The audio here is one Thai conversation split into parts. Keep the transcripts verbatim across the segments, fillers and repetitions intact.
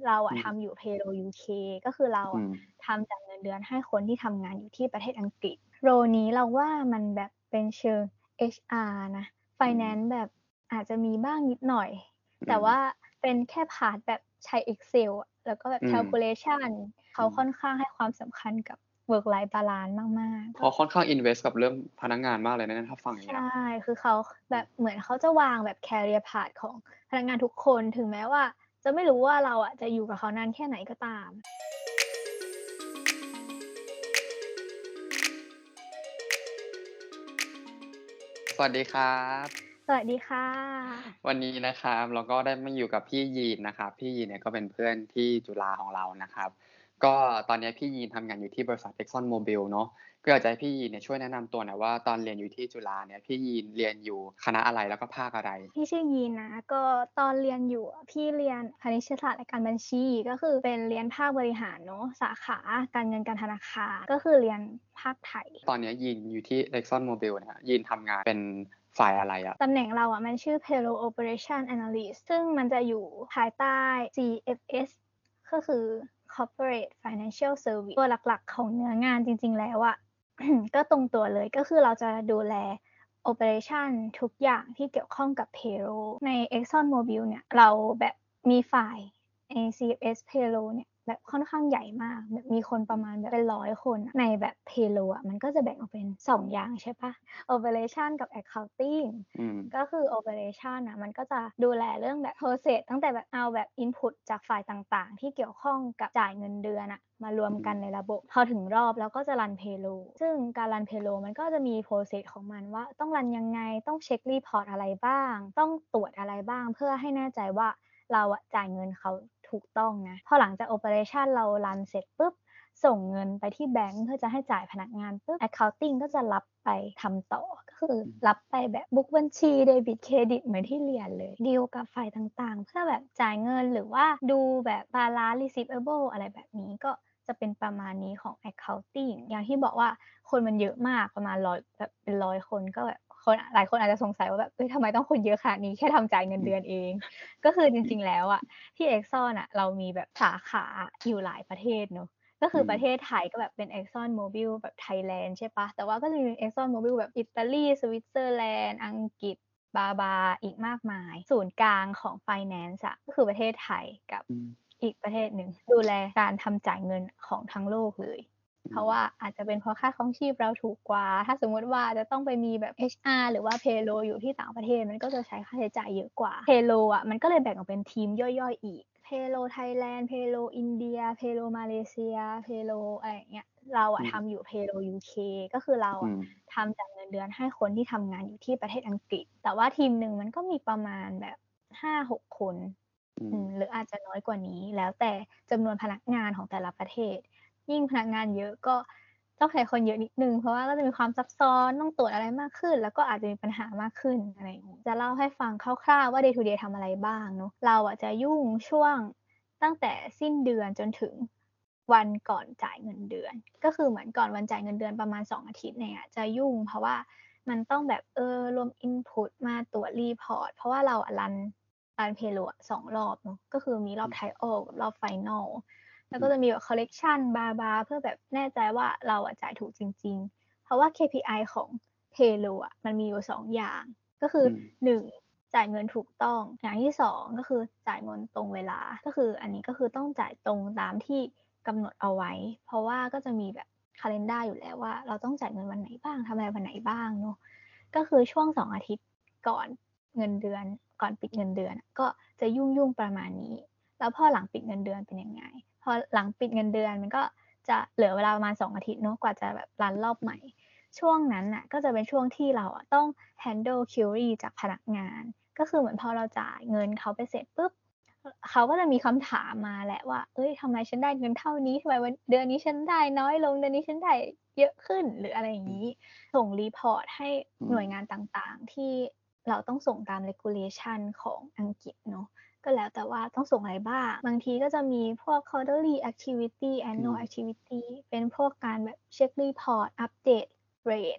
เราออืะมทำอยู่ Payroll ยู เค ก็คือเราอะอืมทำจ่ายเงินเดือนให้คนที่ทำงานอยู่ที่ประเทศอังกฤษ โรลนี้เราว่ามันแบบเป็นเชิง เอช อาร์ นะ ไฟอืมแนนซ์แบบอาจจะมีบ้างนิดหน่อยอืแต่ว่ามเป็นแค่ พาร์ต แบบใช้ Excel อะ แล้วก็แบบอืม calculation เขอืาค่มอนข้างให้ความสำคัญกับ work life balance มาก ๆเขกา็ค่อนข้าง invest กับเรื่องพนักงานมากเลยนะเนี่ย ถ้าฟังอย่างใชเงี้ย่ คือเขา คอแืมบบเหมือนเขาจะวางแบบ career path ของพนักงานทุกคน ถึงแม้ว่าจะไม่รู้ว่าเราอะจะอยู่กับเขานานแค่ไหนก็ตามสวัสดีครับสวัสดีค่ะวันนี้นะครับเราก็ได้มาอยู่กับพี่ยีนนะครับ พี่ยีนเนี่ยก็เป็นเพื่อนที่จุฬาของเรานะครับ ก็ตอนเนี้ยพี่ยีนทำงานอยู่ที่บริษัท Exxon Mobil เนาะ ก็อยากจะให้พี่ยีนเนี่ยช่วยแนะนำตัวหน่อยว่า ตอนเรียนอยู่ที่จุฬาเนี่ย พี่ยีนเรียนอยู่คณะอะไร แล้วก็ภาคอะไร? พี่ชื่อยีนนะ ก็ตอนเรียนอยู่อะ พี่เรียนคณิตศาสตร์และการบัญชี ก็คือเป็นเรียนภาคบริหารเนาะ สาขาการเงินการธนาคาร ก็คือเรียนภาคไทยตอนเนี้ยยีนอยู่ที่ Exxon Mobil เนี่ย ยีนทำงานเป็นฝ่ายอะไรอะ? ตำแหน่งเราอะมันชื่อ Payroll Operation Analyst ซึ่งมันจะอยู่ภายใต้ ซี เอฟ เอส ก็คือ Corporate Financial Service ตัวหลัก ๆ ของเนื้องานจริง ๆ แล้วอะ ก็ตรงตัวเลย ก็คือเราจะดูแล โอเปอเรชัน ทุกอย่างที่เกี่ยวข้องกับ Payroll ใน Exxon Mobil เนี่ย เราแบบมีฝ่าย ไอ้ ซี เอฟ เอส Payroll เนี่ยแบบค่อนข้างใหญ่มาก แบบมีคนประมาณแบบเป็น ร้อย คนอะ ในแบบ Payroll อะมันก็จะแบ่งออกเป็น สอง อย่างใช่เปล่า Operation กับ Accounting อืมก็คือ Operation น่ะมันก็จะดูแลเรื่องแบบ Process ตั้งแต่แบบเอาแบบ Input จากฝ่ายต่าง ๆ ที่เกี่ยวข้องกับจ่ายเงินเดือนอะมารวมอืมกันในระบบ พอถึงรอบแล้วก็จะรัน Payroll ซึ่งการรัน Payroll มันก็จะมี Process ของมันว่าต้องรันยังไง ต้องเช็ก report อะไรบ้าง ต้องตรวจอะไรบ้าง เพื่อให้แน่ใจว่าเราอะจ่ายเงินเขาถูกต้องนะ พอหลังจาก Operation เรารันเสร็จปุ๊บ ส่งเงินไปที่แบงก์เพื่อจะให้จ่ายพนักงานปุ๊บ Accounting ก็จะรับไปทำต่อ ก็คืออืมรับไปแบบบุ๊กบัญชี เดบิต เครดิต เหมือนที่เรียนเลย ดีลกับฝ่ายต่าง ๆ เพื่อแบบจ่ายเงิน หรือว่าดูแบบ Balance Receivable อะไรแบบนี้ ก็จะเป็นประมาณนี้ของ Accounting อย่างที่บอกว่าคนมันเยอะมากประมาณ ร้อย แบบเป็น ร้อย คน ก็แบบคน หลายคนอาจจะสงสัยว่าแบบ เฮ้ย ทำไมต้องคนเยอะขนาดนี้ แค่ทำจ่ายเงินอืมเดือนเอง ก็คือจอืมริง ๆ แล้วอะที่ Exxon อะเรามีแบบสาขาอยู่หลายประเทศเนาะ ก็คอืือประเทมศไทยก็แบบเป็น Exxon Mobil แบบ Thailand ใช่เปล่า แต่ว่าก็จะมี Exxon Mobil แบบอิตาลี สวิตเซอร์แลนด์ อังกฤษ บา บา อีกมากมาย ศูนย์กลางของ Finance อะก็คือประเทศไทยกับอืมอีกประเทศหนึ่ง ดูแลการทำจ่ายเงินของทั้งโลกเลยอเืพราะวม่าอาจจะเป็นเพราะค่าครองชีพเราถูกกว่า ถ้าสมมุติว่าจะต้องไปมีแบบ เอช อาร์ หรือว่า Payroll อยู่ที่ต่างประเทศ มันก็จะใช้ค่าใช้จ่ายเยอะกว่า Payroll อะมันก็เลยแบ่งออกเป็นทีมย่อย ๆ อีก Payroll Thailand Payroll อินเดีย Payroll มาเลเซีย Payroll อะไรอย่างเงี้ย เราออืะทมำอยู่ Payroll ยู เค ก็คือเราอะอืมทำจ่ายเงินเดือนให้คนที่ทำงานอยู่ที่ประเทศอังกฤษ แต่ว่าทีมหนึ่งมันก็มีประมาณแบบ ห้าหก คน อืมอืมหรืออาจจะน้อยกว่านี้ แล้วแต่จำนวนพนักงานของแต่ละประเทศ ยิ่งพนักงานเยอะก็ต้องใช้คนเยอะนิดหนึ่ง เพราะว่าก็จะมีความซับซ้อน ต้องตรวจอะไรมากขึ้น แล้วก็อาจจะมีปัญหามากขึ้น อะไรอย่างงี้ จะเล่าให้ฟังคร่าว ๆ ว่า day to day ทำอะไรบ้างเนาะ เราอะจะยุ่งช่วงตั้งแต่สิ้นเดือนจนถึงวันก่อนจ่ายเงินเดือน ก็คือเหมือนก่อนวันจ่ายเงินเดือนประมาณ สอง อาทิตย์เนี่ยจะยุ่ง เพราะว่ามันต้องแบบ เออ รวม Input มาตรวจ report เพราะว่าเราอะรัน รัน Payroll อะ สอง รอบเนาะ ก็คือมีรออืบม trial กับรอบ final แล้วอก็ืมจะมีแบบ คอร์เรกชัน บลา ๆ เพื่อแบบแน่ใจว่าเราอะจ่ายถูกจริง ๆ เพราะว่า เค พี ไอ ของ Payroll อะมันมีอยู่ สอง อย่าง ก็คืออืมหนึ่ง จ่ายเงินถูกต้อง อย่างที่ สอง ก็คือจ่ายเงินตรงเวลา ก็คืออันนี้ก็คือต้องจ่ายตรงตามที่กำหนดเอาไว้ เพราะว่าก็จะมีแบบ Calendar อยู่แล้วว่าเราต้องจ่ายเงินวันไหนบ้าง ทำอะไรวันไหนบ้างเนาะ ก็คือช่วง สอง อาทิตย์ก่อนเงินเดือน ก่อนปิดเงินเดือนอะ ก็จะยุ่ง ๆ ประมาณนี้ แล้วพอหลังปิดเงินเดือนเป็นยังไง พอหลังปิดเงินเดือนมันก็จะเหลือเวลาประมาณ สอง อาทิตย์เนาะ กว่าจะแบบรันรอบใหม่ ช่วงนั้นน่ะก็จะเป็นช่วงที่เราอะต้อง handle query จากพนักงาน ก็คือเหมือนพอเราจ่ายเงินเขาไปเสร็จปุ๊บ อ เขาก็จะมีคำถามมาแหละว่า เฮ้ย ทำไมฉันได้เงินเท่านี้ ทำไมวัน เดือนนี้ฉันได้น้อยลง เดือนนี้ฉันได้เยอะขึ้น หรืออะไรอย่างอืงมี้ ส่ง report ให้อืมหน่วยงานต่าง ๆ ที่เราต้องส่งตาม regulation ของอังกฤษเนาะ ก็แล้วแต่ว่าต้องส่งอะไรบ้าง บางทีก็จะมีพวก quarterly activity อื annual ม activity เป็นพวกการแบบเช็ก report อัปเดตเรต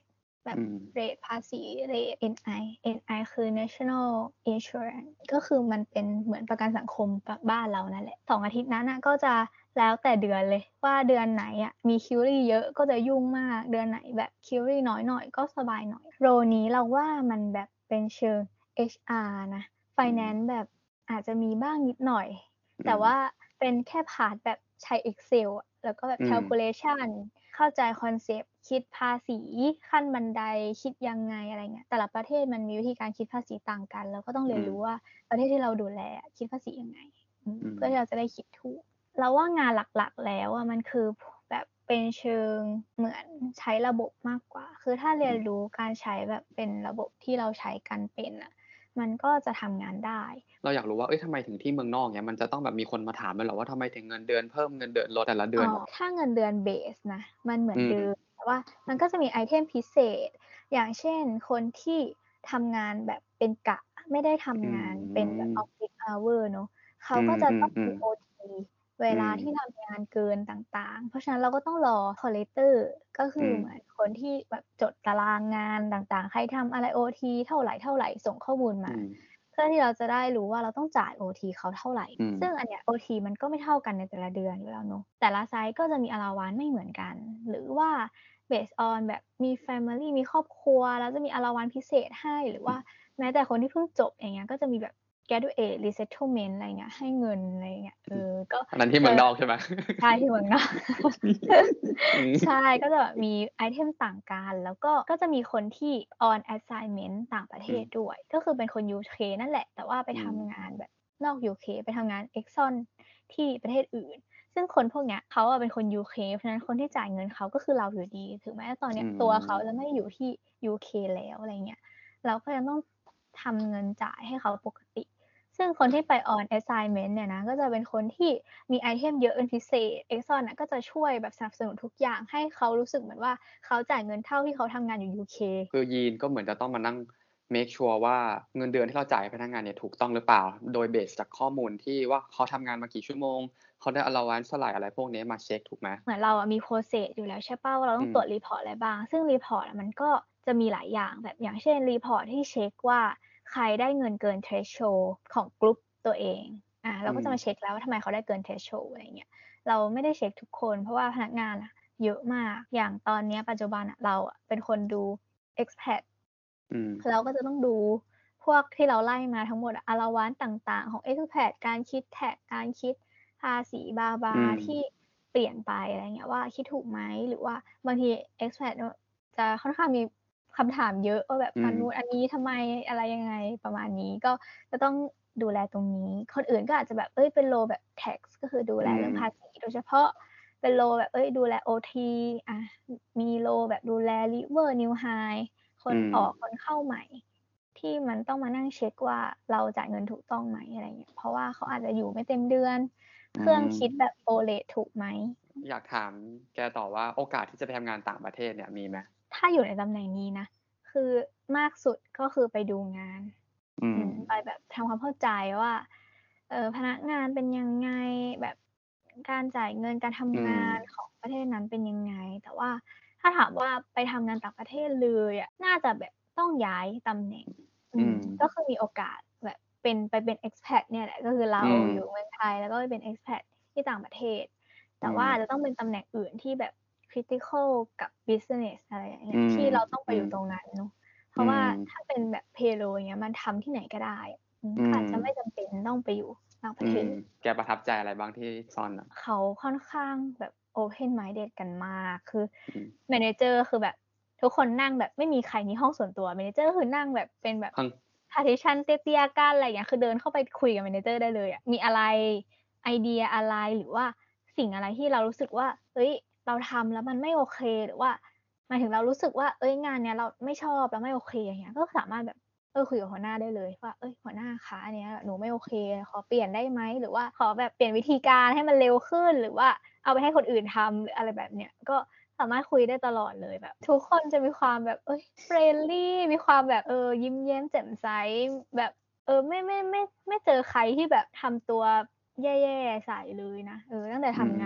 แบบอืมเรตภาษีเรต เอ็น ไอ เอ็น ไอ คือ National Insurance ก็คือมันเป็นเหมือนประกันสังคมแบบบ้านเรานั่นแหละสองอาทิตย์นั้นน่ะก็จะแล้วแต่เดือนเลยว่าเดือนไหนอะมี query เยอะก็จะยุ่งมากเดือนไหนแบบ query น้อยหน่อยก็สบายหน่อยโรนี้เราว่ามันแบบเป็นเชิง เอช อาร์ นะ Finance แบบอาจจะมีบ้างนิดหน่อยแต่ว่าเป็นแค่พาร์ตแบบใช้ Excel อะแล้วก็แบบ calculation เข้าใจคอนเซปต์คิดภาษีขั้นบันไดคิดยังไงอะไรเงี้ยแต่ละประเทศมันมีวิธีการคิดภาษีต่างกันเราก็ต้องเรียนรู้ว่าประเทศที่เราดูแลคิดภาษียังไงเพื่อที่เราจะได้คิดถูกเราว่างานหลักๆแล้วอะมันคือแบบเป็นเชิงเหมือนใช้ระบบมากกว่าคือถ้าเรียนรู้การใช้แบบเป็นระบบที่เราใช้กันเป็นอะมันก็จะทำงานได้เราอยากรู้ว่าเอ้ยทำไมถึงที่เมืองนอกเงี้ยมันจะต้องแบบมีคนมาถามด้วยเหรอว่าทำไมถึงเงินเดือนเพิ่มเงินเดือนลดแต่ละเดือนอ๋อถ้าเงินเดือนเบสนะมันเหมือนเดิมอืมแต่ว่ามันก็จะมีไอเทมพิเศษอย่างเช่นคนที่ทำงานแบบเป็นกะไม่ได้ทำงานเป็นแบบ office hour เนาะเขาก็จะต้องมีโอทีเวลาที่ทำงานเกินต่างๆเพราะฉะนั้นเราก็ต้องรอ collector ก็คือเหมือนคนที่แบบจดตารางงานต่างๆใครทำอะไรโอทีเท่าไรๆส่งข้อมูลมาเพื่อที่เราจะได้รู้ว่าเราต้องจ่ายโอทีเขาเท่าไรซึ่งอันเนี้ยโอทีมันก็ไม่เท่ากันในแต่ละเดือนอยู่แล้วเนาะแต่ละไซต์ก็จะมี allowance ไม่เหมือนกันหรือว่า based on แบบมี family มีครอบครัวแล้วจะมี allowance พิเศษให้หรือว่าแม้แต่คนที่เพิ่งจบอย่างเงี้ยก็จะมีแบบ graduate resettlement อะไรเงี้ยให้เงินอะไรเงี้ยเออก็อันนั้นที่เมืองนอกใช่ไหมใช่ที่เมืองนอกใช่ก็จะแบบมีไอเทมต่างกันแล้วก็ก็จะมีคนที่ on assignment ต่างประเทศด้วยก็คือเป็นคน ยู เค นั่นแหละแต่ว่าไปทำงานแบบนอก ยู เค ไปทำงาน Exxon ที่ประเทศอื่นซึ่งคนพวกเนี้ยเขาอะเป็นคน ยู เค เพราะฉะนั้นคนที่จ่ายเงินเขาก็คือเราอยู่ดีถึงแม้ว่าตอนเนี้ยตัวเขาจะไม่ได้อยู่ที่ ยู เค แล้วอะไรเงี้ยเราก็ยังต้องทำเงินจ่ายให้เขาปกติซึ่งคนที่ไป on assignment เนี่ยนะก็จะเป็นคนที่มีไอเทมเยอะเป็นพิเศษ Exxon น่ะก็จะช่วยแบบสนับสนุนทุกอย่างให้เขารู้สึกเหมือนว่าเขาจ่ายเงินเท่าที่เขาทำงานอยู่ ยู เคคือยีนก็เหมือนจะต้องมานั่ง make sure ว่าเงินเดือนที่เราจ่ายให้พนักงานเนี่ยถูกต้องหรือเปล่าโดยเบสจากข้อมูลที่ว่าเขาทำงานมากี่ชั่วโมงเขาได้ allowance เท่าไรอะไรพวกนี้มาเช็กถูกไหมเหมือนเราอะมี process อยู่แล้วใช่เปล่าว่าเราต้องตรวจ report อะไรบ้างซึ่ง report อะมันก็จะมีหลายอย่างแบบอย่างเช่น report ที่เช็กว่าใครได้เงินเกิน threshold ของกรุ๊ปตัวเองอาเราก็จะมาเช็กแล้วว่าทำไมเขาได้เกิน threshold อะไรอย่างเงี้ยเราไม่ได้เช็กทุกคนเพราะว่าพนักงานอะเยอะมากอย่างตอนเนี้ยปัจจุบันอะเราอะเป็นคนดู expat เราก็จะต้องดูพวกที่เราไล่มาทั้งหมดอะ allowance ต่างๆของ expat การคิด tax การคิดภาษีบลาๆที่เปลี่ยนไปอะไรเงี้ยว่าคิดถูกไหมหรือว่าบางที expat เนาะจะค่อนข้างมีคำถามเยอะว่าแบบอันนู้นอันนี้ทำไมอะไรยังไงประมาณนี้ก็จะต้องดูแลตรงนี้คนอื่นก็อาจจะแบบเฮ้ยเป็น role แบบ tax ก็คือดูแลเรื่องภาษีโดยเฉพาะเป็น role แบบเฮ้ยดูแลโอทีอามี role แบบดูแล river new high คนออกคนเข้าใหม่ที่มันต้องมานั่งเช็กว่าเราจ่ายเงินถูกต้องไหมอะไรเงี้ยเพราะว่าเขาอาจจะอยู่ไม่เต็มเดือนเครื่องคิดแบบ prorate ถูกไหมอยากถามแกต่อว่าโอกาสที่จะไปทำงานต่างประเทศเนี่ยมีไหมถ้าอยู่ในตำแหน่งนี้นะคือมากสุดก็คือไปดูงานอืมไปแบบทำความเข้าใจว่าเอ่อพนักงานเป็นยังไงแบบการจ่ายเงินการทำงานของประเทศนั้นเป็นยังไงแต่ว่าถ้าถามว่าไปทำงานต่างประเทศเลยอะน่าจะแบบต้องย้ายตำแหน่งอืมก็คือมีโอกาสแบบเป็นไปเป็น expat เนี่ยแหละก็คือเราอยู่เมืองไทยแล้วก็ไปเป็น expat ที่ต่างประเทศแต่ว่าอาจจะต้องเป็นตำแหน่งอื่นที่แบบ critical กับ business อะไรอย่างเงี้ยที่เราต้องไปอยู่ตรงนั้นเนาะเพราะว่าถ้าเป็นแบบ payroll อย่างเงี้ยมันทำที่ไหนก็ได้อืมก็อาจจะไม่จำเป็นต้องไปอยู่ต่างประเทศแกประทับใจอะไรบ้างที่ซ่อนอะเขาค่อนข้างแบบ open minded กันมากคือ manager คือแบบทุกคนนั่งแบบไม่มีใครมีห้องส่วนตัว manager คือนั่งแบบเป็นแบบ partition เตี้ยๆกั้นอะไรอย่างเงี้ยคือเดินเข้าไปคุยกับ manager ได้เลยอะมีอะไรไอเดียอะไรหรือว่าสิ่งอะไรที่เรารู้สึกว่าเฮ้ยเราทำแล้วมันไม่โอเคหรือว่าหมายถึงเรารู้สึกว่าเฮ้ยงานเนี้ยเราไม่ชอบเราไม่โอเคอย่างเงี้ยก็สามารถแบบเออคุยกับหัวหน้าได้เลยว่าเฮ้ยหัวหน้าคะอันเนี้ยหนูไม่โอเคขอเปลี่ยนได้ไหมหรือว่าขอแบบเปลี่ยนวิธีการให้มันเร็วขึ้นหรือว่าเอาไปให้คนอื่นทำหรืออะไรแบบเนี้ยก็สามารถคุยได้ตลอดเลยแบบทุกคนจะมีความแบบเฮ้ย friendly มีความแบบเออยิ้มแย้มแจ่มใสแบบเออไม่ไม่ไม่ไม่เจอใครที่แบบทำตัวแย่ๆใส่เลยนะเออตั้งแต่ทำงานมา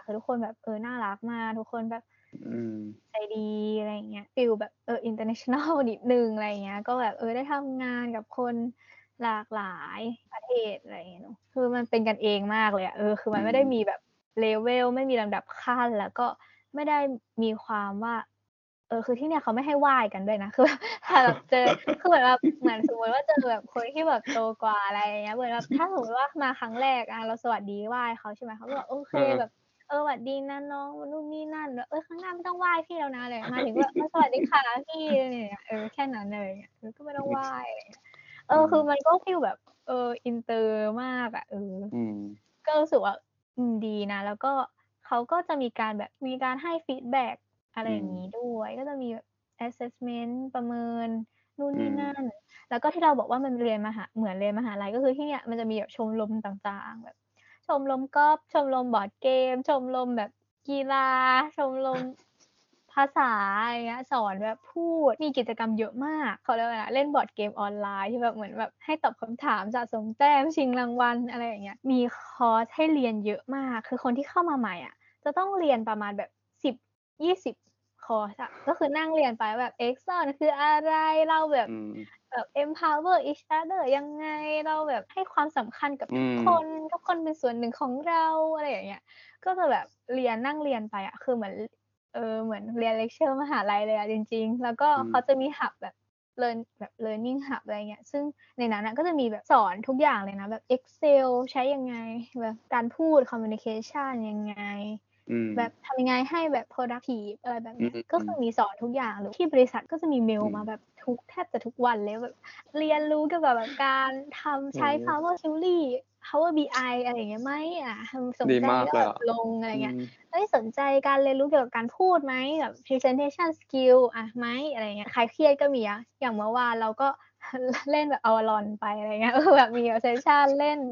คือทุกคนแบบเออน่ารักมากทุกคนแบบอืมใจดีอะไรอย่างเงี้ยฟีลแบบเออ international นิดหนึ่งอะไรอย่างเงี้ยก็แบบเออได้ทำงานกับคนหลากหลายประเทศอะไรอย่างเงี้ยเนาะคือมันเป็นกันเองมากเลยอะเออคือมันไม่ได้มีแบบ level ไม่มีลำดับขั้นแล้วก็ไม่ได้มีความว่าเออคือที่เนี่ยเขาไม่ให้ไหว้กันด้วยนะคือแบบถ้าแบบเจอคือเหมือนแบบเหมือนสมมุติว่าเจอแบบคนที่แบบโตกว่าอะไรอย่างเงี้ยเหมือนแบบถ้าสมมุติว่ามาครั้งแรกอะเราสวัสดีไหว้เขาใช่ไหมเขาก็แบบโอเคเออแบบเออสวัสดีนะน้องนู่นนี่นั่นแบบเออครั้งหน้าไม่ต้องไหว้พี่แล้วนะอะไรมาถึงก็แบบเออสวัสดีค่ะพี่อะไรอย่างเงี้ยเออแค่นั้นอะไรอย่างเงี้ยเออก็ไม่ต้องไหว้อะไรอย่างเงี้ยเออคือมันก็ฟีลแบบเอออินเตอร์มากอะเอออืมก็รู้สึกว่าอืมดีนะแล้วก็เขาก็จะมีการแบบมีการให้ฟีดแบ็กอะไรอย่างงี้ด้วยก็จะมีแบบ assessment ประเมินนู่นอืมนี่นั่นแล้วก็ที่เราบอกว่ามันเรียนมหาเหมือนเรียนมหาลัยก็คือที่เนี่ยมันจะมีแบบชมรมต่างๆแบบชมรมกอล์ฟชมรมบอร์ดเกมชมรมแบบกีฬาชมรมภาษาอะไรเงี้ยสอนแบบพูดมีกิจกรรมเยอะมากเขาเรียกว่าอะไรนะเล่นบอร์ดเกมออนไลน์ที่แบบเหมือนแบบให้ตอบคำถามสะสมแต้มชิงรางวัลอะไรอย่างเงี้ยมีคอร์สให้เรียนเยอะมากคือคนที่เข้ามาใหม่อะจะต้องเรียนประมาณแบบสิบ ยี่สิบคอร์สอะก็คือนั่งเรียนไปแบบ Excel คืออะไรเราแบบอืมแบบ empower each other ยังไงเราแบบให้ความสำคัญกับอืมทุกคนทุกคนเป็นส่วนหนึ่งของเราอะไรอย่างเงี้ยก็จะแบบเรียนนั่งเรียนไปอะคือเหมือนเออเหมือนเรียนเลกเชอร์มหาลัยเลยอะจริงๆแล้วก็อืมเขาจะมี hub แบบ learn แบบ learning hub อะไรเงี้ยซึ่งในนั้นน่ะก็จะมีแบบสอนทุกอย่างเลยนะแบบ Excel ใช้ยังไงแบบการพูด communication ยังไงอืมแบบทำยังไงให้แบบ productive อะไรแบบอืเนี้ยก็มคือมีสอนทุกอย่างเลยที่บริษัทก็จะมีเมลอืมมาแบบทุกแทบจะทุกวันเลยแบบเรียนรู้เกี่ยวกับแบบการทำโอ้ใช้ Power Query Power บี ไอ อะไรอย่างเงี้ยไหมอะทำสนดีใจก็แบบมากเลยอะลงอะไรอืเงี้ยมเฮ้ยสนใจการเรียนรู้เกี่ยวกับการพูดไหมแบบ presentation skill อะไหมอะไรอย่างเงี้ยใครเครียดก็มีอะอย่างเมื่อวานเราก็ เล่นแบบ Avalon ไปอะไรเงี้ยเออแบบมีแบบเซสชันเล่น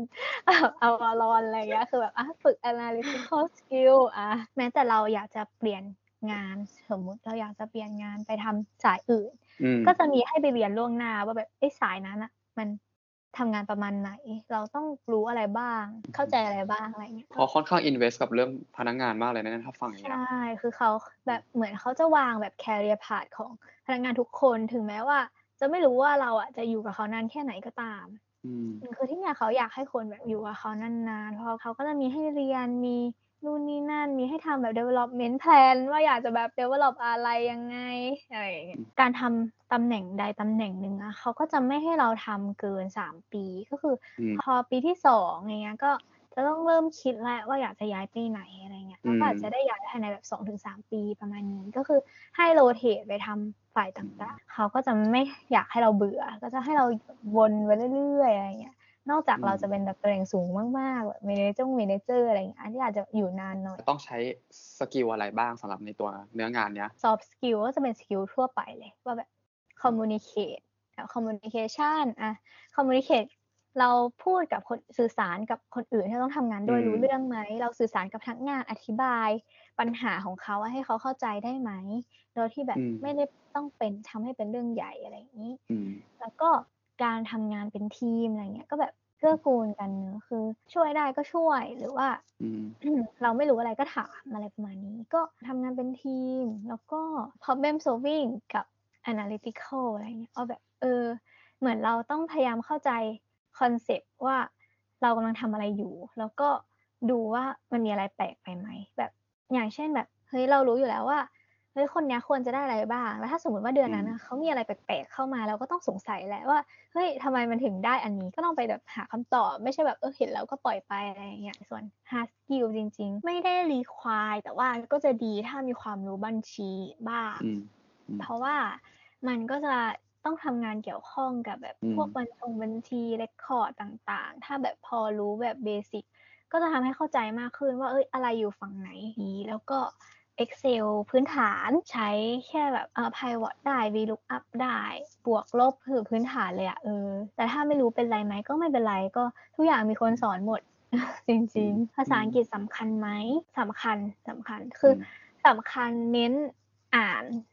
Avalon อะไรเงี้ยคือแบบอะฝึก analytical skill อะแม้แต่เราอยากจะเปลี่ยนงานสมมุติเราอยากจะเปลี่ยนงานไปทำสายอื่นอืมก็จะมีให้ไปเรียนล่วงหน้าว่าแบบเอ๊ะสายนั้นน่ะมันทำงานประมาณไหนเราต้องรู้อะไรบ้างเข้าใจอะไรบ้างอะไรเงี้ยก็เขาค่อนข้าง invest กับเรื่องพนักงานมากเลยนะเนี่ยถ้าฟังอย่างใช่เงี้ยคือเขาแบบเหมือนเขาจะวางแบบ career path ของพนักงานทุกคนถึงแม้ว่าจะไม่รู้ว่าเราอะจะอยู่กับเขานานแค่ไหนก็ตามอืมอืมคือที่เนี่ยเขาอยากให้คนแบบอยู่กับเขานานๆเพราะเขาก็จะมีให้เรียนมีนู่นนี่นั่นมีให้ทำแบบ development plan ว่าอยากจะแบบ develop อะไรยังไงอะไรอย่างเงี้ยการทำตำแหน่งใดตำแหน่งหนึ่งอะเขาก็จะไม่ให้เราทำเกินสามปีก็คืออืมพอปีที่สองอย่างเงี้ยก็ จะต้องเริ่มคิดแล้วว่าอยากจะย้ายไปไหนอะไรเงี้ยอืมแล้วก็อาจจะได้ย้ายภายในแบบ สองถึงสาม ปีประมาณนี้ก็คือให้ rotate ไปทำฝ่ายต่างๆเขาก็จะไม่อยากให้เราเบื่อก็จะให้เราวนไปเรื่อยๆอะไรเงี้ยนอกจากอืมเราจะเป็นแบบตำแหน่งสูงมากๆแบบ manager manager อะไรเงี้ยอันที่อาจจะอยู่นานหน่อยต้องใช้สกิลอะไรบ้างสำหรับในตัวเนื้องานเนี้ย soft skill ก็จะเป็นสกิลทั่วไปเลยว่าแบบ communicate แบบ communication อะ communicate เราพูดกับคนสื่อสารกับคนอื่นที่เราต้องทำงานด้วยอืมรู้เรื่องไหมเราสื่อสารกับพนักงานอธิบายปัญหาของเขาให้เขาเข้าใจได้ไหมโดยที่แบบอืมไม่ได้ต้องเป็นทำให้เป็นเรื่องใหญ่อะไรอย่างนี้อืมแล้วก็การทำงานเป็นทีมอะไรเงี้ยก็แบบเกื้อกูลกันเนอะคือช่วยได้ก็ช่วยหรือว่าอืมเราไม่รู้อะไรก็ถามอะไรประมาณนี้ก็ทำงานเป็นทีมแล้วก็ problem solving กับ analytical อะไรเงี้ยเอาแบบเออเหมือนเราต้องพยายามเข้าใจคอนเซปต์ว่าเรากำลังทำอะไรอยู่แล้วก็ดูว่ามันมีอะไรแปลกไปไหมแบบอย่างเช่นแบบเฮ้ยเรารู้อยู่แล้วว่าเฮ้ยคนเนี้ยควรจะได้อะไรบ้างแล้วถ้าสมมุติว่าเดือนนั้นน่ะเขามีอะไรแปลกๆเข้ามาเราก็ต้องสงสัยแหละว่า เฮ้ยทำไมมันถึงได้อันนี้ก็ต้องไปแบบหาคำตอบไม่ใช่แบบเออเห็นแล้วก็ปล่อยไปอะไรอย่างเงี้ยส่วน hard skill จริงๆไม่ได้ require แต่ว่าก็จะดีถ้ามีความรู้บัญชีบ้างอืมอืมเพราะว่ามันก็จะต้องทำงานเกี่ยวข้องกับแบบอืมพวกบัญชงบัญชีเรคคอร์ดต่างๆถ้าแบบพอรู้แบบเบสิกก็จะทำให้เข้าใจมากขึ้นว่าเอ้ยอะไรอยู่ฝั่งไหนดีแล้วก็ Excel พื้นฐานใช้แค่แบบเอ่อ pivot ได้ VLOOKUP ได้บวกลบคือพื้นฐานเลยอะเออแต่ถ้าไม่รู้เป็นไรไหมก็ไม่เป็นไรก็ทุกอย่างมีคนสอนหมด จอืริงมๆภาอืมษาอังกฤษสำคัญไหมสำคัญสำคัญคือือมสำคัญเน้นอ่าน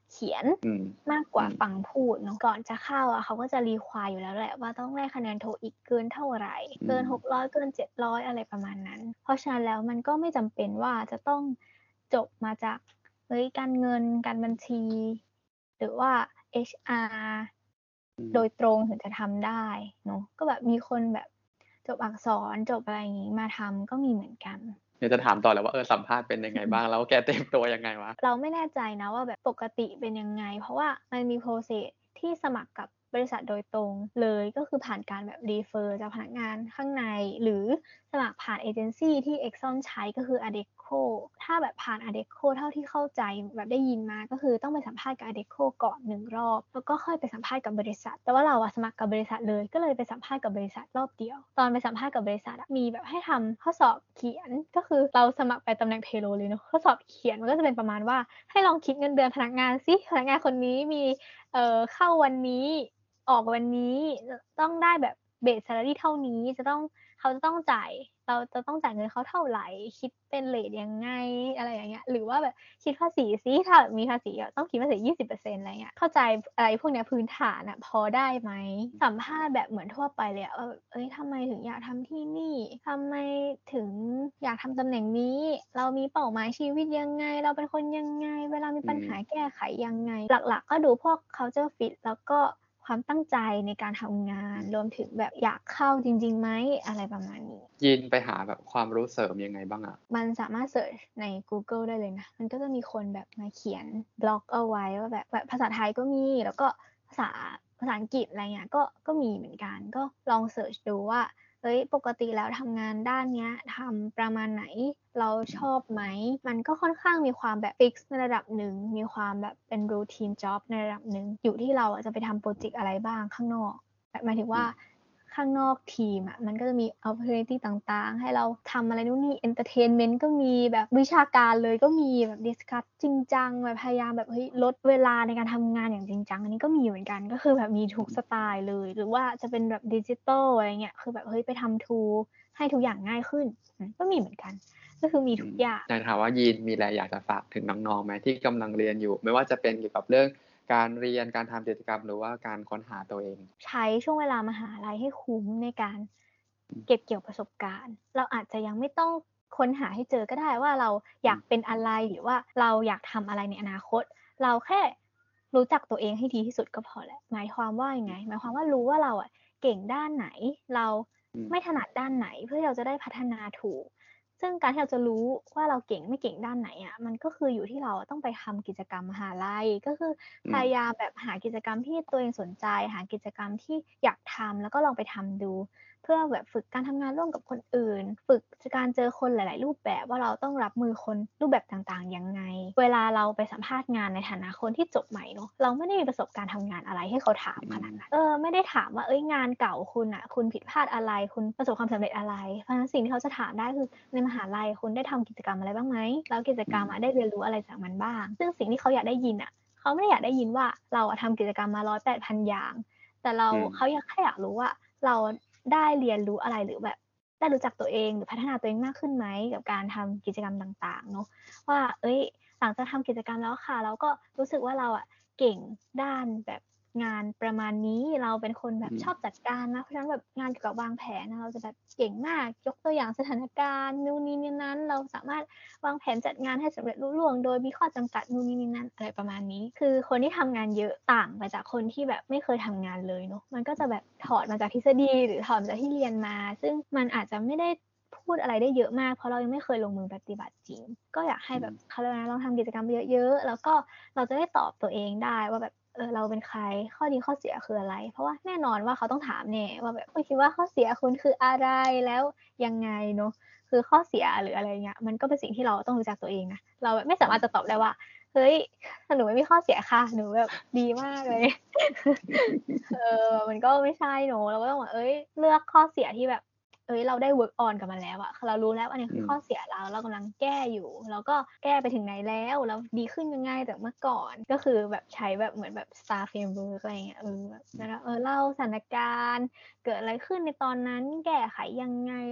เขียนอืมมากกอืว่าฟัมงพูดเนาะ ก่อนจะเข้าอะเขาก็จะ require อยู่แล้วแหละว่าต้องได้คะแนน TOEIC เกินเท่าไรอืเกิน หมกร้อย เกิน เจ็ดร้อย อะไรประมาณนั้น เพราะฉะนั้นแล้วมันก็ไม่จำเป็นว่าจะต้องจบมาจาก เฮ้ย การเงิน การบัญชี หรือว่า เอช อาร์อืมโดยตรงถึงจะทำได้เนาะ ก็แบบมีคนแบบจบอักษร จบอะไรอย่างงี้มาทำก็มีเหมือนกันเดี๋ยวจะถามต่อเลยว่า เออ สัมภาษณ์เป็นยังไงบ้าง แล้วแก เตรียม ตัวยังไงวะ? เราไม่แน่ใจนะว่าแบบปกติเป็นยังไง เพราะว่ามันมี process ที่สมัครกับบริษัทโดยตรงเลย ก็คือผ่านการแบบ refer จากพนักงานข้างใน หรือสมัครผ่านเอเจนซีที่ Exxon ใช้ก็คือ Adecco ถ้าแบบผ่าน Adecco เท่าที่เข้าใจแบบได้ยินมา ก็คือต้องไปสัมภาษณ์กับ Adecco ก่อน หนึ่ง รอบ แล้วก็ค่อยไปสัมภาษณ์กับบริษัท แต่ว่าเราอะสมัครกับบริษัทเลย ก็เลยไปสัมภาษณ์กับบริษัทรอบเดียว ตอนไปสัมภาษณ์กับบริษัทอะมีแบบให้ทำข้อสอบเขียน ก็คือเราสมัครไปตำแหน่ง Payroll เลยเนาะ ข้อสอบเขียนมันก็จะเป็นประมาณว่า ให้ลองคิดเงินเดือนพนักงานสิ พนักงานคนนี้มี เอ่อ เข้าวันนี้ ออกวันนี้ จะต้องได้แบบ Base salary เท่านี้ จะต้อง เขาจะต้องจ่าย เราจะต้องจ่ายเงินเขาเท่าไร คิดเป็นเรตยังไง อะไรอย่างเงี้ย หรือว่าแบบคิดภาษีสิ ถ้าแบบมีภาษีอะต้องคิดภาษี ยี่สิบเปอร์เซ็นต์ อะไรเงี้ย เข้าใจอะไรพวกเนี้ยพื้นฐานอะพอได้ไหม สัมภาษณ์แบบเหมือนทั่วไปเลยอะว่าแบบ เฮ้ย ทำไมถึงอยากทำที่นี่ ทำไมถึงอยากทำตำแหน่งนี้ เรามีเป้าหมายชีวิตยังไง เราเป็นคนยังไง เวลามีปัญหาแก้ไขยังไง หลัก ๆ ก็ดูพวก culture fit แล้วก็ความตั้งใจในการทำงาน รวมถึงแบบอยากเข้าจริง ๆ ไหม อะไรประมาณนี้ยีนไปหาแบบความรู้เสริมยังไงบ้างอะ? มันสามารถเซิร์ชในกูเกิลได้เลยนะ มันก็จะมีคนแบบมาเขียนบล็อกเอาไว้ว่าแบบ แบบภาษาไทยก็มี แล้วก็ภาษา ภาษาอังกฤษ อะไรเงี้ย ก็ ก็มีเหมือนกัน ก็ลองเซิร์ชดูว่า เฮ้ย ปกติแล้วทำงานด้านเนี้ยทำประมาณไหน เราชอบไหม มันก็ค่อนข้างมีความแบบฟิกซ์ในระดับหนึ่ง มีความแบบเป็น routine job ในระดับหนึ่ง อยู่ที่เราอะจะไปทำพรอเจกต์อะไรบ้างข้างนอก แบบหมายถึงอว่าืมข้างนอกทีมอะมันก็จะมี opportunity ต่าง ๆ ให้เราทำอะไรนู่นนี่ เอนเทอร์เทนเมนต์ก็มี แบบวิชาการเลยก็มี แบบดิสคัสจริงจัง แบบพยายามแบบ เฮ้ย ลดเวลาในการทำงานอย่างจริงจัง อันนี้ก็มีเหมือนกัน ก็คือแบบมีทุกสไตล์เลย หรือว่าจะเป็นแบบดิจิทัล อะไรเงี้ย คือแบบ เฮ้ย ไปทำ tool ให้ทุกอย่างง่ายขึ้น อืม ก็มีเหมือนกัน ก็คือมีอืมทุกอย่างอยากถามว่ายีนมีอะไรอยากจะฝากถึงน้อง ๆ ไหมที่กำลังเรียนอยู่ ไม่ว่าจะเป็นเกี่ยวกับเรื่องการเรียน การทำกิจกรรม หรือว่าการค้นหาตัวเอง? ใช้ช่วงเวลามหาลัยให้คุ้มในการอืมเก็บเกี่ยวประสบการณ์ เราอาจจะยังไม่ต้องค้นหาให้เจอก็ได้ว่าเราออืยากมเป็นอะไร หรือว่าเราอยากทำอะไรในอนาคต เราแค่รู้จักตัวเองให้ดีที่สุดก็พอแล้ว หมายความว่ายังอไืงมหมายความว่ารู้ว่าเราอะเก่งด้านไหน เราอืมไม่ถนัดด้านไหน เพื่อที่เราจะได้พัฒนาถูก ซึ่งการที่เราจะรู้ว่าเราเก่งไม่เก่งด้านไหนอะ มันก็คืออยู่ที่เราอะต้องไปทำกิจกรรมมหาลัย ก็คืออืมพยายามแบบหากิจกรรมที่ตัวเองสนใจ หากิจกรรมที่อยากทำ แล้วก็ลองไปทำดู เพื่อแบบฝึกการทำงานร่วมกับคนอื่น ฝึก จ การเจอคนหลาย ๆ รูปแบบว่าเราต้องรับมือคนรูปแบบต่าง ๆ ยังไง เวลาเราไปสัมภาษณ์งานในฐานะคนที่จบใหม่เนาะ เราไม่ได้มีประสบการณ์ทำงานอะไรให้เขาถามอืขนาดนั้นมเออ ไม่ได้ถามว่า เฮ้ย งานเก่าคุณน่ะ คุณผิดพลาดอะไร คุณประสบความสำเร็จอะไร เพราะฉะนั้นสิ่งที่เขาจะถามได้คือ ในมหาลัยคุณได้ทำกิจกรรมอะไรบ้างไหม แล้วกิจอืกรรมอะได้มเรียนรู้อะไรจากมันบ้าง ซึ่งสิ่งที่เขาอยากได้ยินน่ะ เขาไม่ได้อยากได้ยินว่าเราอะทำกิจกรรมมา ร้อยแปดพัน อย่าง แต่เราอืเขามอยาก แค่อยากรู้ว่าเราได้เรียนรู้อะไร หรือแบบได้รู้จักตัวเอง หรือพัฒนาตัวเองมากขึ้นไหมกับการทำกิจกรรมต่าง ๆ เนาะ ว่า เฮ้ย หลังจากทำกิจกรรมแล้วค่ะ เราก็รู้สึกว่าเราอะเก่งด้านแบบงานประมาณนี้ เราเป็นคนแบอืมบชอบจัดการนะ เพราะฉะนั้นแบบงานเกี่ยวกับวางแผนอะเราจะแบบเก่งมาก ยกตัวอย่างสถานการณ์นู่นนี่นี่นั้น เราสามารถวางแผนจัดงานให้สำเร็จลุล่วง โดยมีข้อจำกัดนู่นนี่นี่นั่น อะไรประมาณนี้ คือคนที่ทำงานเยอะต่างไปจากคนที่แบบไม่เคยทำงานเลยเนาะ มันก็จะแบบถอดมาจากทฤษฎี หรือถอดมาจากที่เรียนมา ซึ่งมันอาจจะไม่ได้พูดอะไรได้เยอะมาก เพราะเรายังไม่เคยลงมือปฏิบัติจริง ก็อยากให้แบบอืมเขาเรียกว่าอะไรนะ ลองทำกิจกรรมเยอะ ๆ แล้วก็เราจะได้ตอบตัวเองได้ว่าแบบ เออ เราเป็นใคร ข้อดีข้อเสียคืออะไร เพราะว่าแน่นอนว่าเขาต้องถามแน่ว่าแบบ คุณคิดว่าข้อเสียคุณคืออะไร แล้วยังไงเนาะ คือข้อเสีย หรืออะไรเงี้ย มันก็เป็นสิ่งที่เราต้องรู้จักตัวเองนะ เราแบบไม่สามารถจะตอบได้ว่า เฮ้ย หนูไม่มีข้อเสียค่ะ หนูแบบดีมากเลย เออ มันก็ไม่ใช่เนาะ เราก็ต้องแบบ เฮ้ย เลือกข้อเสียที่แบบ เฮ้ย เราได้ work on กับมันแล้วอะ คือเรารู้แล้วว่าอันนี้อคืือข้อมเสียเรา เรากำลังแก้อยู่ เราก็แก้ไปถึงไหนแล้ว เราดีขึ้นยังไงจากเมื่อก่อน ก็คือแบบใช้แบบเหมือนแบบ STAR framework อะไรอย่างเงี้ย เออ แบบอืมแล้ว เออ เล่าสถานการณ์ เกิดอะไรขึ้นในตอนนั้น แก้ไขยังไง แล้ว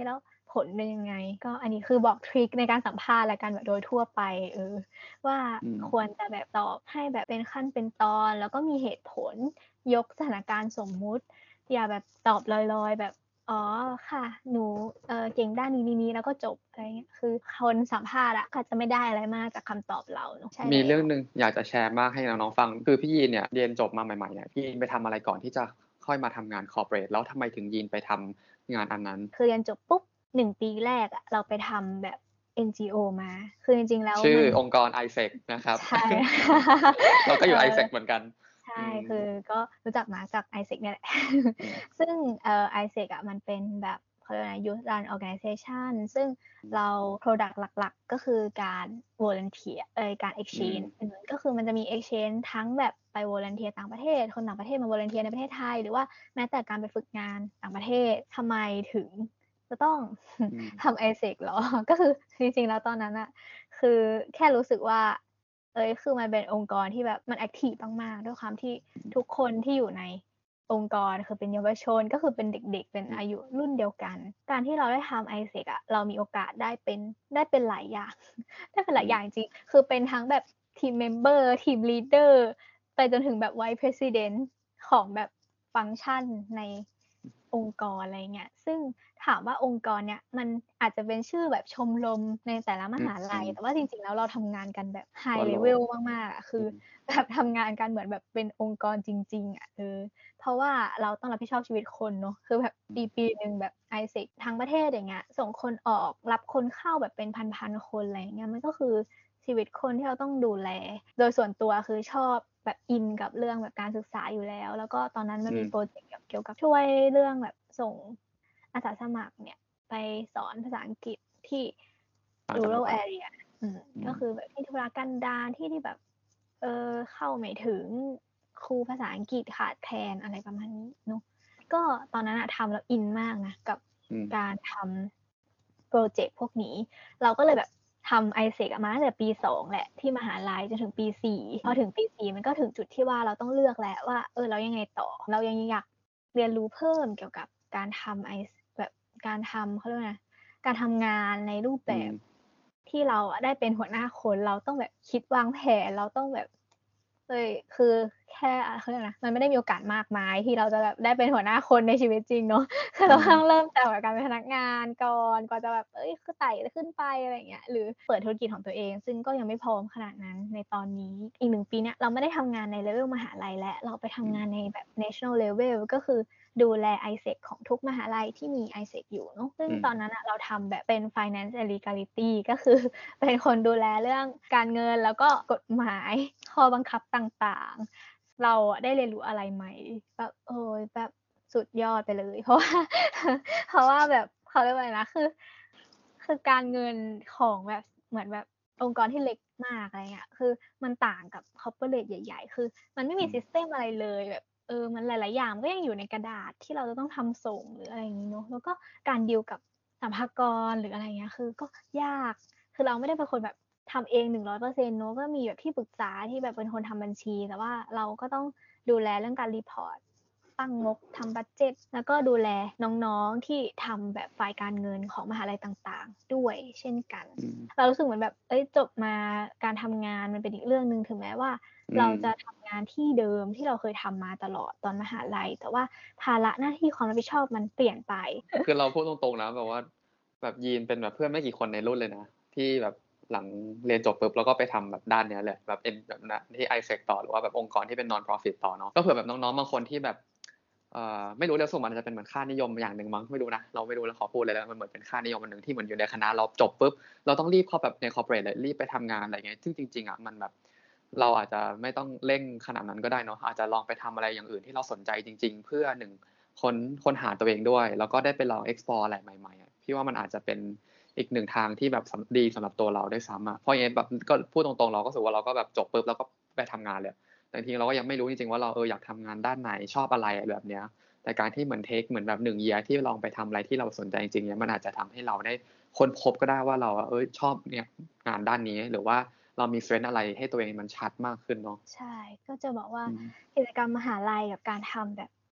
ผลเป็นยังไงก็อันนี้คือบอกทริกในการสัมภาษณ์แล้วกันแบบโดยทั่วไปเออว่าอืมควรจะแบบตอบให้แบบเป็นขั้นเป็นตอนแล้วก็มีเหตุผลยกสถานการณ์สมมุติอย่าแบบตอบลอยๆแบบอ๋อค่ะหนูเอ่อเก่งด้านนี้ๆๆแล้วก็จบอะไรเงี้ยคือคนสัมภาษณ์อะก็จะไม่ได้อะไรมากจากคำตอบเราเนาะใช่มีแล้วเรื่องหนึ่งอยากจะแชร์มากให้น้องๆฟังคือพี่ยีนเนี่ยเรียนจบมาใหม่ๆเนี่ยพี่ยีนไปทำอะไรก่อนที่จะค่อยมาทำงานคอร์ปอเรทแล้วทำไมถึงยีนไปทำงานอันนั้นคือเรียนจบปุ๊บหนึ่งปีแรกอะเราไปทำแบบ เอ็น จี โอ มาคือจริงๆแล้วชื่อมันองค์กร ไอ เซค นะครับใช่เราก็อยู่เอไออเซค เหมือนกันใช่อืมคือก็รู้จักมาจาก ไอ เซค เนี่ยแหละอืมซึ่งเอ่อ ไอ เซค อะมันเป็นแบบเขาเรียกว่าอะไร Youth Run Organization ซึ่งเรา product หลักๆ ก็คือการ volunteer เอ่ยการอืม exchange อืมก็คือมันจะมี exchange ทั้งแบบไป volunteer ต่างประเทศ คนต่างประเทศมา volunteer ในประเทศไทย หรือว่าแม้แต่การไปฝึกงานต่างประเทศทำไมถึงจะต้องอืมทำ ไอ เซค เหรอ ก็คือจริงๆแล้วตอนนั้นน่ะคือแค่รู้สึกว่า เอ้ยคือมันเป็นองค์กรที่แบบมันแอคทีฟมากๆด้วยความที่ทุกคนที่อยู่ในองค์กรคือเป็นเยาวชนก็คือเป็นเด็กๆเป็นอืมอายุรุ่นเดียวกันการที่เราได้ทำ ไอ เซค อะเรามีโอกาสได้เป็นได้เป็นหลายอย่าง ได้เป็นหลายอย่างจริงๆคือเป็นทั้งแบบทีมเมมเบอร์ทีมลีดเดอร์ไปจนถึงแบบ Vice President ของแบบฟังก์ชันในองค์กรอะไรเงี้ยซึ่งถามว่าองค์กรเนี้ยมันอาจจะเป็นชื่อแบบชมรมในแต่ละมหาลัยแต่ว่าจริงๆแล้วเราทำงานกันแบบทั่ว high โลก level มากๆอะคืออืมแบบทำงานกันเหมือนแบบเป็นองค์กรจริงๆอะเออเพราะว่าเราต้องรับผิดชอบชีวิตคนเนาะคือแบบปีปีหนึ่งแบบ ไอ เซค ทั้งประเทศอย่างเงี้ยส่งคนออกรับคนเข้าแบบเป็นพันๆคนอะไรอย่างเงี้ยมันก็คือชีวิตคนที่เราต้องดูแลโดยส่วนตัวคือชอบแบบอินกับเรื่องแบบการศึกษาอยู่แล้วแล้วก็ตอนนั้นมันมีอืมพรอเจกต์แบบเกี่ยวกับช่วยเรื่องแบบส่งอาสาสมัครเนี่ยไปสอนภาษาอังกฤษที่ต่างจังห rural วัด area อืมอืมก็คือแบบที่ธุรกันดารที่ที่แบบ เออเข้าไม่ถึงครูภาษาอังกฤษขาดแคลนอะไรประมาณนี้เนาะก็ตอนนั้นอะทำแล้วอินมากนะกับอืมการทำพรอเจกต์พวกนี้เราก็เลยแบบทำ ไอ เซค อะมาตั้งแต่ปีสองแหละที่มหาลัยจนถึงปีสี่พอถึงปีสี่มันก็ถึงจุดที่ว่าเราต้องเลือกแล้วว่าเออแล้วยังไงต่อเรายังอยากเรียนรู้เพิ่มเกี่ยวกับการทำไอแบบการทำเขาเรียกว่าไงการทำงานในรูปแบอืมบ ที่เราอะได้เป็นหัวหน้าคนเราต้องแบบคิดวางแผนเราต้องแบบเฮ้ยคือแค่อ่าเขาเรียกอะไรนะมันไม่ได้มีโอกาสมากมายที่เราจะแบบได้เป็นหัวหน้าคนในชีวิตจริงเนาะคือเราต้องเริ่มจากแบบการเป็นพนักงานก่อนกว่าจะแบบเฮ้ยคือไต่ขึ้นไปอะไรอย่างเงี้ยหรือเปิดธุรกิจของตัวเองซึ่งก็ยังไม่พร้อมขนาดนั้นในตอนนี้อีกหนึ่งปีเนี้ยเราไม่ได้ทำงานใน level มหาลัยแล้วเราไปทำงานในแบบ national level ก็คือดูแล ไอ เซค ของทุกมหาลัยที่มี ไอ เซค อยู่เนาะซึ่งอืมตอนนั้นน่ะเราทำแบบเป็น finance and legality ก็คือ เป็นคนดูแลเรื่องการเงินแล้วก็กฎหมายข้อบังคับต่างๆ เราอะได้เรียนรู้อะไรใหม่แบบโอ้โฮแบบสุดยอดไปเลย เพราะว่าเพราะว่าแบบเขาเรียกว่าอะไรนะคือคือการเงินของแบบเหมือนแบบองค์กรที่เล็กมากอะไรเงี้ยคือมันต่างกับคอร์ปอเรตใหญ่ๆคือมันไม่มีอืม system อะไรเลยแบบเออมันหลายๆอย่างมันก็ยังอยู่ในกระดาษที่เราจะต้องทำส่งหรืออะไรอย่างงี้เนาะแล้วก็การดีลกับสรรพากรหรืออะไรเงี้ยคือก็ยาก คือเราไม่ได้เป็นคนแบบทำเองหนึ่งร้อยเปอร์เซ็นต์เนาะก็มีแบบที่ปรึกษาที่แบบเป็นคนทำบัญชีแต่ว่าเราก็ต้องดูแลเรื่องการ report ตั้งงบทำบัดเจตแล้วก็ดูแลน้องๆที่ทำแบบฝ่ายการเงินของมหาลัยต่างๆด้วยเช่นกันอืมเรารู้สึกเหมือนแบบเฮ้ยจบมาการทำงานมันเป็นอีกเรื่องหนึ่งถึงแม้ว่าอืมเราจะทำงานที่เดิมที่เราเคยทำมาตลอดตอนมหาลัยแต่ว่าภาระหน้าที่ความรับผิดชอบมันเปลี่ยนไปคือเราพูดตรงๆนะแบบว่าแบบยีนเป็นแบบเพื่อนไม่กี่คนในรุ่นเลยนะที่แบบหลังเรียนจบปุ๊บแล้วก็ไปทำแบบด้านเนี้ยเลยแบบเอ็นแบบนะที่ ไอ เซค ต่อหรือว่าแบบองค์กรที่เป็น non profit ต่อเนาะก็เผื่อแบบน้องๆบางคนที่แบบเอ่อไม่รู้เรื่องส่วนมันจะเป็นเหมือนค่านิยมอย่างหนึ่งมั้งไม่รู้นะเราไม่รู้แล้วขอพูดเลยแล้วมันเหมือนเป็นค่านิยมอันหนึ่งที่เหมือนอยู่ในคณะเราจบปุ๊บเราต้องรีบเข้าแบบใน corporate เลยรีบไปทำงานอะไรเงี้ยซึ่งจริงๆอ่ะมันแบบเราอาจจะไม่ต้องเร่งขนาดนั้นก็ได้เนาะอาจจะลองไปทำอะไรอย่างอื่นที่เราสนใจจริงๆเพื่อหนึ่ง ค้นค้นหาตัวเองด้วยแล้วก็ได้ไปลอง explore อะไรใหม่ๆพี่ว่ามันอาจจะเป็นอีกหนึ่งทางที่แบบดีสำหรับตัวเราด้วยซ้ำอะเพราะอย่างนี้แบบก็พูดตรงๆเราก็รู้สึกว่าเราก็แบบจบปุ๊บแล้วก็ไปทำงานเลยแต่จริงๆเราก็ยังไม่รู้จริงๆว่าเราเอออยากทำงานด้านไหนชอบอะไรแบบเนี้ยแต่การที่เหมือนเทคเหมือนแบบหนึ่ง year ที่ลองไปทำอะไรที่เราสนใจจริงๆเนี่ยมันอาจจะทำให้เราได้ค้นพบก็ได้ว่าเราเออชอบเนี่ยงานด้านนี้หรือว่าเรามี strength อะไรให้ตัวเองมันชัดมากขึ้นเนาะใช่ ก็จะบอกว่าอืมกิจกรรมมหาลัยกับการทำแบบ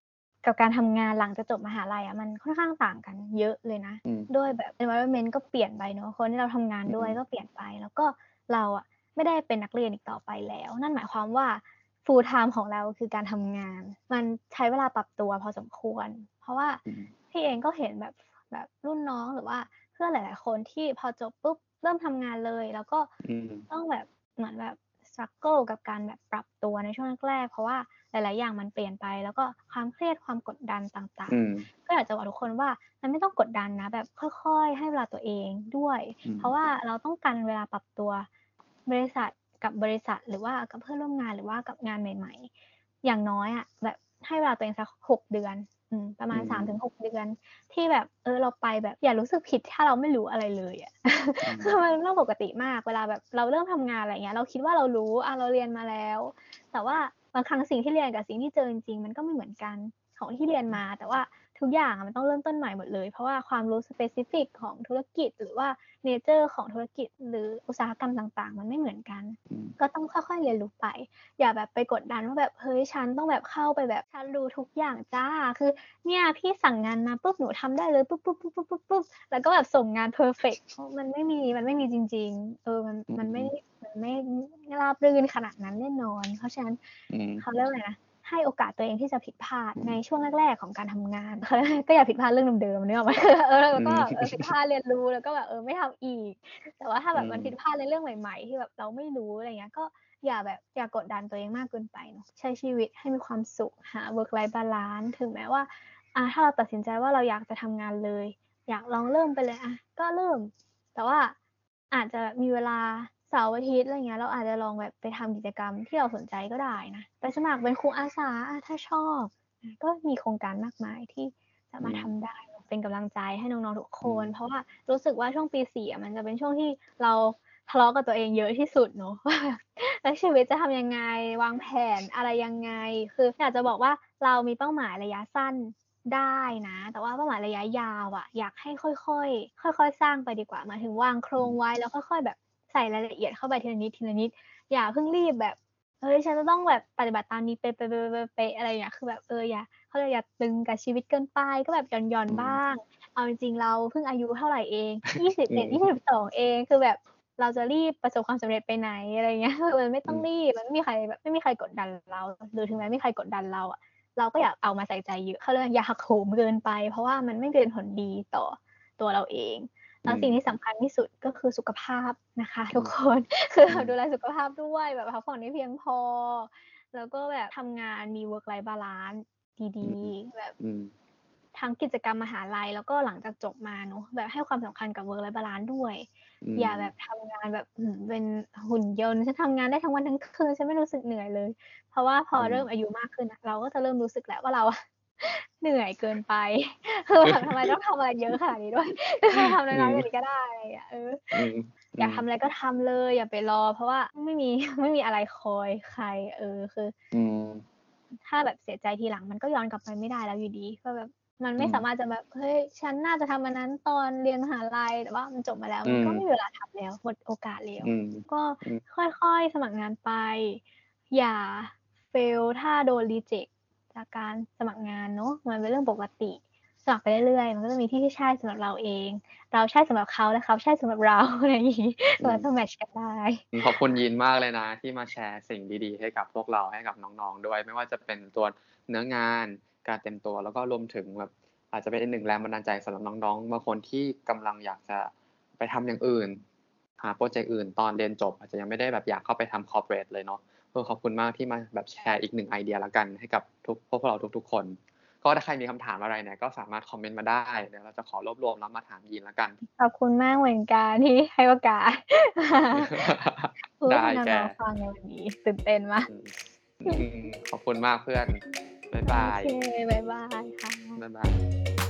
กับการทำงานหลังจากจบมหาลัยอะมันค่อนข้างต่างกันเยอะเลยนะอืมด้วยแบบ environment ก็เปลี่ยนไปเนาะคนที่เราทำงานอืด้วยมก็เปลี่ยนไปแล้วก็เราอะไม่ได้เป็นนักเรียนอีกต่อไปแล้ว นั่นหมายความว่า full time ของเราคือการทำงาน มันใช้เวลาปรับตัวพอสมควร เพราะว่าอืมพี่เองก็เห็นแบบแบบรุ่นน้องหรือว่าเพื่อนหลายๆคนที่พอจบปุ๊บเริ่มทำงานเลยแล้วก็อืมต้องแบบเหมือนแบบ struggle กับการแบบปรับตัวในช่วงแรกๆเพราะว่าหลายๆอย่างมันเปลี่ยนไปแล้วก็ความเครียดความกดดันต่างอืมๆก็อยากจะบอกทุกคนว่ามันไม่ต้องกดดันนะแบบค่อยๆให้เวลาตัวเองด้วยอืมเพราะว่าเราต้องการเวลาปรับตัวบริษัทกับบริษัทหรือว่ากับเพื่อนร่วมงานหรือว่ากับงานใหม่ๆอย่างน้อยอะแบบให้เวลาตัวเองสักหกเดือนอืมประมาณอืมสามถึงหกเดือนที่แบบเออเราไปแบบอย่ารู้สึกผิดถ้าเราไม่รู้อะไรเลยอะอืมคือมันเป็นเรื่องปกติมากเวลาแบบเราเริ่มทำงานอะไรเงี้ยเราคิดว่าเรารู้อาเราเรียนมาแล้วแต่ว่าบางครั้งสิ่งที่เรียนกับสิ่งที่เจอจริงๆมันก็ไม่เหมือนกันของที่เรียนมาแต่ว่าทุกอย่างอะมันต้องเริ่มต้นใหม่หมดเลยเพราะว่าความรู้ specific ของธุรกิจหรือว่าเนเชอร์ของธุรกิจหรืออุตสาหกรรมต่างๆมันไม่เหมือนกันอืมก็ต้องค่อยๆเรียนรู้ไปอย่าแบบไปกดดันว่าแบบเฮ้ยฉันต้องแบบเข้าไปแบบฉันรู้ทุกอย่างจ้ะคือเนี่ยพี่สั่งงานมาปุ๊บหนูทำได้เลยปุ๊บๆๆๆๆ แล้วก็แบบส่งงานเพอร์เฟกต์เพราะมันไม่มีมันไม่มีจริงๆเออมันอืมันไม่มมันไม่ราบรื่นขนาดนั้นแน่นอนเพราะฉะนั้นอืมเขาเรียกว่าไรนะให้โอกาสตัวเองที่จะผิดพลาดอืมในช่วงแรกๆของการทำงานเขาเรียกก็อย่าผิดพลาดเรื่องเดิมๆนึกออกไหมเอออืแล้วก็แบบเออผิดพมลาดเรียนรู้แล้วก็แบบเออไม่ทำอีกแต่ว่าถ้าอืแบบมันมผิดพลาดในเรื่องใหม่ๆที่แบบเราไม่รู้อะไรเงี้ยก็อย่าแบบอย่ากดดันตัวเองมากเกินไปเนาะใช้ชีวิตให้มีความสุขหา work life balance ถึงแม้ว่าอาถ้าเราตัดสินใจว่าเราอยากจะทำงานเลย อยากลองเริ่มไปเลยอะก็เริ่มแต่ว่าอาจจะมีเวลาเสาร์อาทิตย์อะไรเงี้ยเราอาจจะลองแบบไปทำกิจกรรมที่เราสนใจก็ได้นะไปสมัครเป็นครูอาสาอะถ้าชอบอาก็มีโครงการมากมายที่สาอืมมารถทำได้เนาะเป็นกำลังใจให้น้องๆทุกคอืมนเพราะว่ารู้สึกว่าช่วงปีสี่อะมันจะเป็นช่วงที่เราทะเลาะกับตัวเองเยอะที่สุดเนาะว่าแบบแล้วชีวิตจะทำยังไงวางแผนอะไรยังไงคืออยากจะบอกว่าเรามีเป้าหมายระยะสั้น ได้นะแต่ว่าเป้าหมายระยะยาวอะอยากให้ค่อยๆค่อยๆสร้างไปดีกว่าหมายถึงวางโครอืมงไว้แล้วค่อยๆแบบใส่รายละเอียดเข้าไปทีละนิดทีละนิดอย่าเพิ่งรีบแบบเฮ้ยฉันจะต้องแบบปฏิบัติตามนี้เป๊ะๆๆๆๆอะไรอย่างเงี้ยคือแบบเอออย่าเขาเรียกอย่าตึงกับชีวิตเกินไปก็แบบหย่อนอืมๆบ้างเอาจริงๆเราเพิ่งอายุเท่าไรเองยี่สิบเอ็ดอืมยี่สิบสองเองคือแบบเราจะรีบประสบความสำเร็จไปไหนอะไรอย่างเงี้ยคือมันไม่อืมต้องรีบมันไม่มีใครแบบไม่มีใครกดดันเราหรือถึงแม้ไม่มีใครกดดันเราอะ เราก็อย่าเอามาใส่ใจเยอะเขาเรียกว่าอย่าหักโหมเกินไปเพราะว่ามันไม่เป็นผลดีต่อตัวเราเองอืแล้วมสิ่งที่สำคัญที่สุดก็คือสุขภาพนะคะอืมทุกคนคืออืมแบบดูแลสุขภาพด้วยแบบพักผ่อนให้เพียงพอแล้วก็แบบทำงานมี work life balance อืดีมๆแบบอืมทั้งกิจกรรมมหาลัยแล้วก็หลังจากจบมาเนาะแบบให้ความสำคัญกับ work life balance ด้วยอืมอย่าแบบทำงานแบบอื้อฮือเป็นหุ่นยนต์ฉันทำงานได้ทั้งวันทั้งคืนฉันไม่รู้สึกเหนื่อยเลยเพราะว่าพออืมเริ่มอายุมากขึ้นอะเราก็จะเริ่มรู้สึกแล้วว่าเราอะเหนื่อยเกินไปคือแบบทำไมต้องทำอะไรเยอะขนาดนี้ด้วยคือทำอืน้อยๆกว่านี้มก็ได้อะไรอย่างเงี้ยเอออืมอืมอยากทำอะไรก็ทำเลยอย่าไปรอเพราะว่าไม่มีไม่มีอะไรคอยใครเออคืออืมถ้าแบบเสียใจทีหลังมันก็ย้อนกลับไปไม่ได้แล้วอยู่ดีก็แบบมันอืมไม่สามารถจะแบบเฮ้ยฉันน่าจะทำอันนั้นตอนเรียนมหาลัยแต่ว่ามันจบมาแล้วมันอืมก็ไม่มีเวลาทำแล้วหมดโอกาสแล้วอืมก็อืมค่อยๆสมัครงานไปอย่า fail ถ้าโดนรีเจกต์จากการสมัครงานเนาะมันเป็นเรื่องปกติสมัครไปเรื่อยๆมันก็จะมีที่ที่ใช่สำหรับเราเองเราใช่สำหรับเขาและเขาใช่สำหรับเราอะไรอย่างงี้อืมมันจะแมตช์กันได้อืมขอบคุณยีนมากเลยนะที่มาแชร์สิ่งดีๆให้กับพวกเราให้กับน้องๆด้วยไม่ว่าจะเป็นตัวเนื้องานการเตรียมตัวแล้วก็รวมถึงแบบอาจจะเป็นอีกหนึ่งแรงบันดาลใจสำหรับน้องๆบางคนที่กำลังอยากจะไปทำอย่างอื่นหาพรอเจกต์อื่นตอนเรียนจบอาจจะยังไม่ได้แบบอยากเข้าไปทำคอร์ปอเรตเลยเนาะเออขอบคุณมากที่มาแบบแชร์อีกหนึ่งไอเดียแล้วกันให้กับทุกพวกเราทุกๆคนก็ถ้าใครมีคำถามอะไรเนี่ยก็สามารถคอมเมนต์มาได้เดี๋ยวเราจะขอรวบรวมแล้วมาถามยีนแล้วกันขอบคุณมากเหมือนกันที่ให้โอกาส พูดได้แกให้น้องๆฟังในวันนี้ตื่นเต้นมากอืมอืมขอบคุณมากเพื่อนบ๊ายโอบายเคบ๊ายบายค่ะบ๊ายบาย